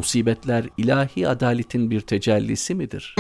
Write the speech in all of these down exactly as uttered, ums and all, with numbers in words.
Musibetler ilahi adaletin bir tecellisi midir?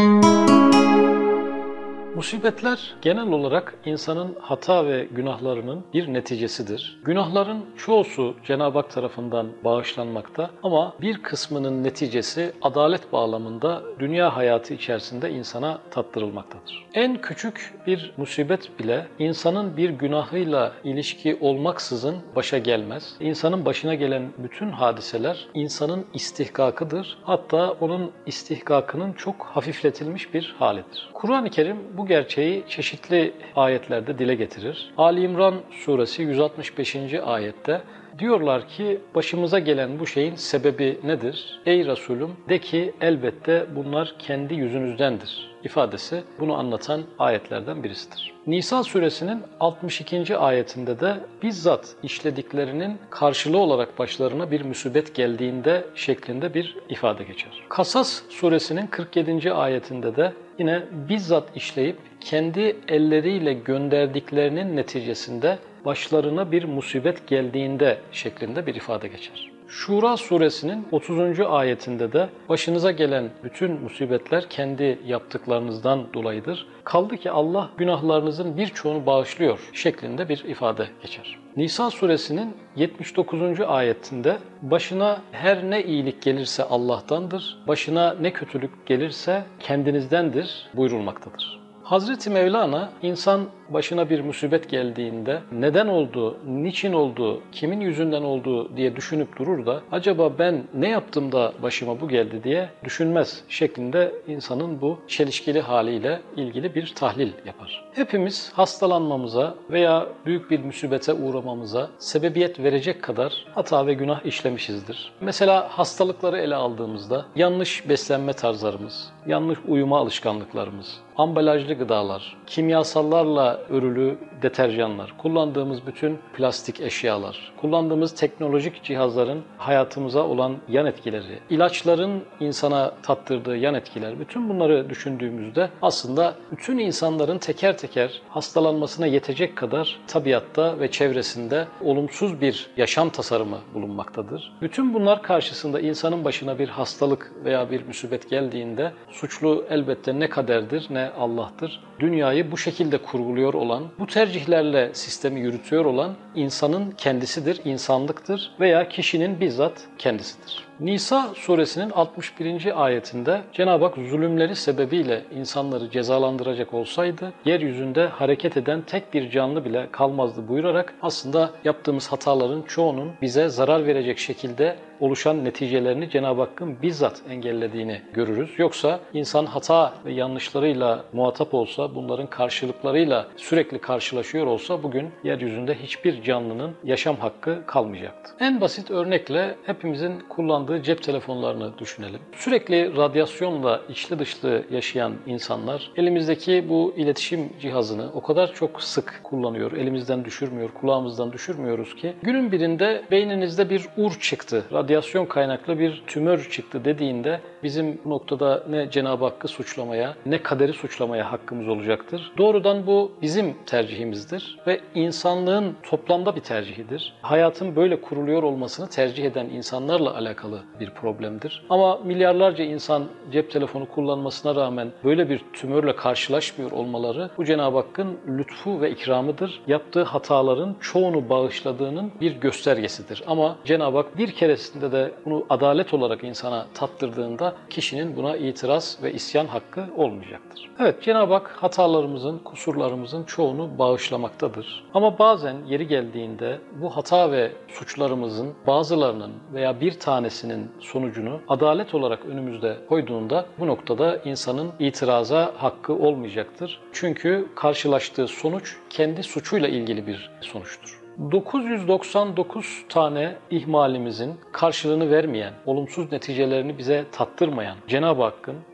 Musibetler genel olarak insanın hata ve günahlarının bir neticesidir. Günahların çoğusu Cenab-ı Hak tarafından bağışlanmakta ama bir kısmının neticesi adalet bağlamında dünya hayatı içerisinde insana tattırılmaktadır. En küçük bir musibet bile insanın bir günahıyla ilişki olmaksızın başa gelmez. İnsanın başına gelen bütün hadiseler insanın istihkakıdır. Hatta onun istihkakının çok hafifletilmiş bir halidir. Kur'an-ı Kerim bu gerçeği çeşitli ayetlerde dile getirir. Ali İmran suresi yüz altmış beşinci ayette diyorlar ki başımıza gelen bu şeyin sebebi nedir? Ey Resulüm de ki elbette bunlar kendi yüzünüzdendir ifadesi bunu anlatan ayetlerden birisidir. Nisa suresinin altmış ikinci ayetinde de bizzat işlediklerinin karşılığı olarak başlarına bir musibet geldiğinde şeklinde bir ifade geçer. Kasas suresinin kırk yedinci ayetinde de yine bizzat işleyip kendi elleriyle gönderdiklerinin neticesinde başlarına bir musibet geldiğinde şeklinde bir ifade geçer. Şura suresinin otuzuncu ayetinde de başınıza gelen bütün musibetler kendi yaptıklarınızdan dolayıdır. Kaldı ki Allah günahlarınızın birçoğunu bağışlıyor şeklinde bir ifade geçer. Nisa suresinin yetmiş dokuzuncu ayetinde başına her ne iyilik gelirse Allah'tandır, başına ne kötülük gelirse kendinizdendir buyurulmaktadır. Hazreti Mevlana insan başına bir musibet geldiğinde neden oldu, niçin oldu, kimin yüzünden oldu diye düşünüp durur da acaba ben ne yaptım da başıma bu geldi diye düşünmez şeklinde insanın bu çelişkili haliyle ilgili bir tahlil yapar. Hepimiz hastalanmamıza veya büyük bir musibete uğramamıza sebebiyet verecek kadar hata ve günah işlemişizdir. Mesela hastalıkları ele aldığımızda yanlış beslenme tarzlarımız, yanlış uyuma alışkanlıklarımız, ambalajlı gıdalar, kimyasallarla örülü deterjanlar, kullandığımız bütün plastik eşyalar, kullandığımız teknolojik cihazların hayatımıza olan yan etkileri, ilaçların insana tattırdığı yan etkiler, bütün bunları düşündüğümüzde aslında bütün insanların teker teker hastalanmasına yetecek kadar tabiatta ve çevresinde olumsuz bir yaşam tasarımı bulunmaktadır. Bütün bunlar karşısında insanın başına bir hastalık veya bir musibet geldiğinde suçlu elbette ne kaderdir ne Allah'tır. Dünyayı bu şekilde kurguluyor olan, bu tercihlerle sistemi yürütüyor olan insanın kendisidir, insanlıktır veya kişinin bizzat kendisidir. Nisa suresinin altmış birinci ayetinde Cenab-ı Hak zulümleri sebebiyle insanları cezalandıracak olsaydı yeryüzünde hareket eden tek bir canlı bile kalmazdı buyurarak aslında yaptığımız hataların çoğunun bize zarar verecek şekilde oluşan neticelerini Cenab-ı Hakk'ın bizzat engellediğini görürüz. Yoksa insan hata ve yanlışlarıyla muhatap olsa, bunların karşılıklarıyla sürekli karşılaşıyor olsa bugün yeryüzünde hiçbir canlının yaşam hakkı kalmayacaktı. En basit örnekle hepimizin kullandığı cep telefonlarını düşünelim. Sürekli radyasyonla içli dışlı yaşayan insanlar elimizdeki bu iletişim cihazını o kadar çok sık kullanıyor, elimizden düşürmüyor, kulağımızdan düşürmüyoruz ki günün birinde beyninizde bir ur çıktı, radyasyon kaynaklı bir tümör çıktı dediğinde bizim bu noktada ne Cenab-ı Hakk'ı suçlamaya ne kaderi suçlamaya hakkımız olacaktır. Doğrudan bu bizim tercihimizdir ve insanlığın toplamda bir tercihidir. Hayatın böyle kuruluyor olmasını tercih eden insanlarla alakalı bir problemdir. Ama milyarlarca insan cep telefonu kullanmasına rağmen böyle bir tümörle karşılaşmıyor olmaları bu Cenab-ı Hakk'ın lütfu ve ikramıdır. Yaptığı hataların çoğunu bağışladığının bir göstergesidir. Ama Cenab-ı Hak bir keresinde de bunu adalet olarak insana tattırdığında kişinin buna itiraz ve isyan hakkı olmayacaktır. Evet, Cenab-ı Hak hatalarımızın, kusurlarımızın çoğunu bağışlamaktadır. Ama bazen yeri geldiğinde bu hata ve suçlarımızın bazılarının veya bir tanesinin sonucunu adalet olarak önümüzde koyduğunda bu noktada insanın itiraza hakkı olmayacaktır. Çünkü karşılaştığı sonuç kendi suçuyla ilgili bir sonuçtur. dokuz yüz doksan dokuz tane ihmalimizin karşılığını vermeyen, olumsuz neticelerini bize tattırmayan Cenab-ı Hakk'ın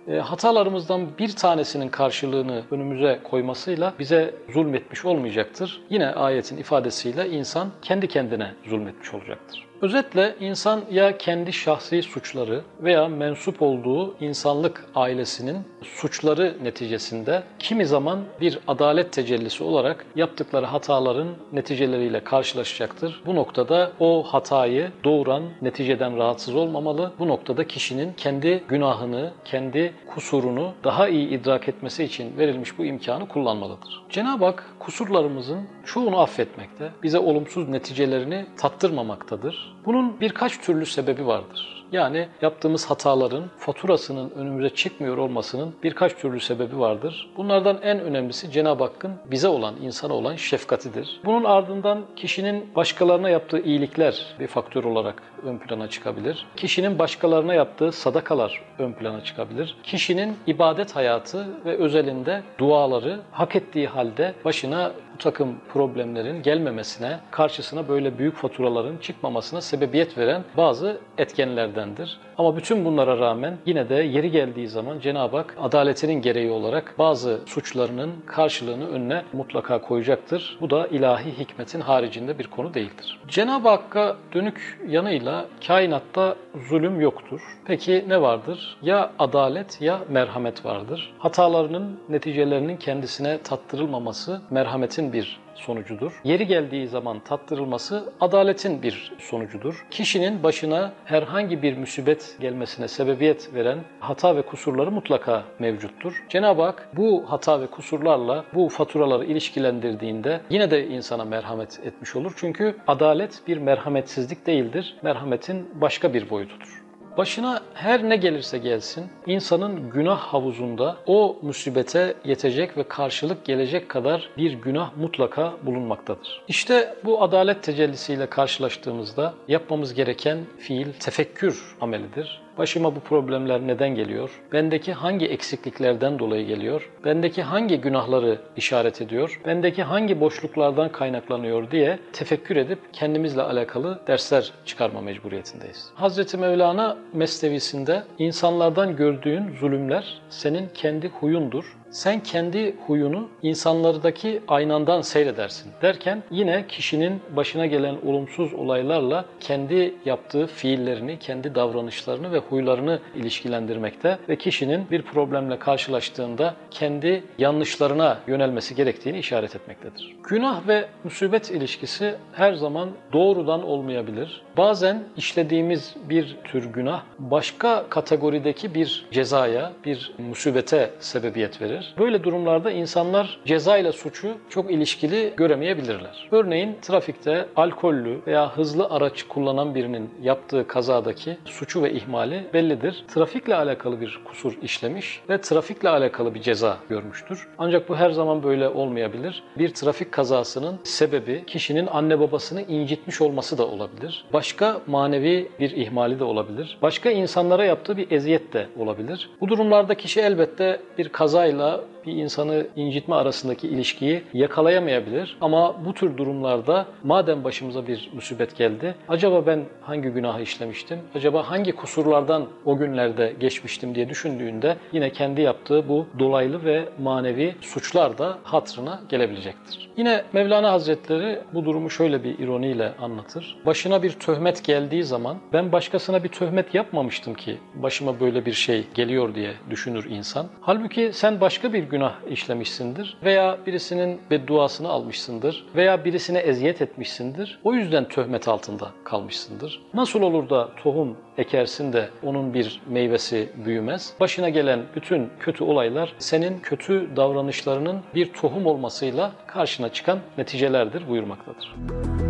e, hatalarımızdan bir tanesinin karşılığını önümüze koymasıyla bize zulmetmiş olmayacaktır. Yine ayetin ifadesiyle insan kendi kendine zulmetmiş olacaktır. Özetle insan ya kendi şahsi suçları veya mensup olduğu insanlık ailesinin suçları neticesinde kimi zaman bir adalet tecellisi olarak yaptıkları hataların neticeleriyle karşılaşacaktır. Bu noktada o hatayı doğuran neticeden rahatsız olmamalı. Bu noktada kişinin kendi günahını, kendi kusurunu daha iyi idrak etmesi için verilmiş bu imkanı kullanmalıdır. Cenab-ı Hak kusurlarımızın çoğunu affetmekte, bize olumsuz neticelerini tattırmamaktadır. Bunun birkaç türlü sebebi vardır. Yani yaptığımız hataların faturasının önümüze çıkmıyor olmasının birkaç türlü sebebi vardır. Bunlardan en önemlisi Cenab-ı Hakk'ın bize olan, insana olan şefkatidir. Bunun ardından kişinin başkalarına yaptığı iyilikler bir faktör olarak ön plana çıkabilir. Kişinin başkalarına yaptığı sadakalar ön plana çıkabilir. Kişinin ibadet hayatı ve özelinde duaları hak ettiği halde başına bu takım problemlerin gelmemesine, karşısına böyle büyük faturaların çıkmamasına sebebiyet veren bazı etkenlerdendir. Ama bütün bunlara rağmen yine de yeri geldiği zaman Cenab-ı Hak adaletinin gereği olarak bazı suçlarının karşılığını önüne mutlaka koyacaktır. Bu da ilahi hikmetin haricinde bir konu değildir. Cenab-ı Hakk'a dönük yanıyla kainatta zulüm yoktur. Peki ne vardır? Ya adalet ya merhamet vardır. Hatalarının neticelerinin kendisine tattırılmaması merhametin bir sonucudur. Yeri geldiği zaman tattırılması adaletin bir sonucudur. Kişinin başına herhangi bir musibet gelmesine sebebiyet veren hata ve kusurları mutlaka mevcuttur. Cenab-ı Hak bu hata ve kusurlarla bu faturaları ilişkilendirdiğinde yine de insana merhamet etmiş olur. Çünkü adalet bir merhametsizlik değildir. Merhametin başka bir boyutudur. Başına her ne gelirse gelsin, insanın günah havuzunda o musibete yetecek ve karşılık gelecek kadar bir günah mutlaka bulunmaktadır. İşte bu adalet tecellisiyle karşılaştığımızda yapmamız gereken fiil tefekkür amelidir. Başıma bu problemler neden geliyor? Bendeki hangi eksikliklerden dolayı geliyor? Bendeki hangi günahları işaret ediyor? Bendeki hangi boşluklardan kaynaklanıyor diye tefekkür edip kendimizle alakalı dersler çıkarma mecburiyetindeyiz. Hazreti Mevlana Mesnevisinde insanlardan gördüğün zulümler senin kendi huyundur. Sen kendi huyunu insanlardaki aynandan seyredersin derken yine kişinin başına gelen olumsuz olaylarla kendi yaptığı fiillerini, kendi davranışlarını ve huylarını ilişkilendirmekte ve kişinin bir problemle karşılaştığında kendi yanlışlarına yönelmesi gerektiğini işaret etmektedir. Günah ve musibet ilişkisi her zaman doğrudan olmayabilir. Bazen işlediğimiz bir tür günah başka kategorideki bir cezaya, bir musibete sebebiyet verir. Böyle durumlarda insanlar ceza ile suçu çok ilişkili göremeyebilirler. Örneğin trafikte alkollü veya hızlı araç kullanan birinin yaptığı kazadaki suçu ve ihmali bellidir. Trafikle alakalı bir kusur işlemiş ve trafikle alakalı bir ceza görmüştür. Ancak bu her zaman böyle olmayabilir. Bir trafik kazasının sebebi kişinin anne babasını incitmiş olması da olabilir. Başka manevi bir ihmali de olabilir. Başka insanlara yaptığı bir eziyet de olabilir. Bu durumlarda kişi elbette bir kazayla bir insanı incitme arasındaki ilişkiyi yakalayamayabilir. Ama bu tür durumlarda madem başımıza bir musibet geldi, acaba ben hangi günahı işlemiştim? Acaba hangi kusurlardan o günlerde geçmiştim diye düşündüğünde yine kendi yaptığı bu dolaylı ve manevi suçlar da hatırına gelebilecektir. Yine Mevlana Hazretleri bu durumu şöyle bir ironiyle anlatır. Başına bir töhmet geldiği zaman ben başkasına bir töhmet yapmamıştım ki başıma böyle bir şey geliyor diye düşünür insan. Halbuki sen başka bir günah işlemişsindir veya birisinin bedduasını almışsındır veya birisine eziyet etmişsindir. O yüzden töhmet altında kalmışsındır. Nasıl olur da tohum ekersin de onun bir meyvesi büyümez? Başına gelen bütün kötü olaylar senin kötü davranışlarının bir tohum olmasıyla karşına çıkan neticelerdir buyurmaktadır.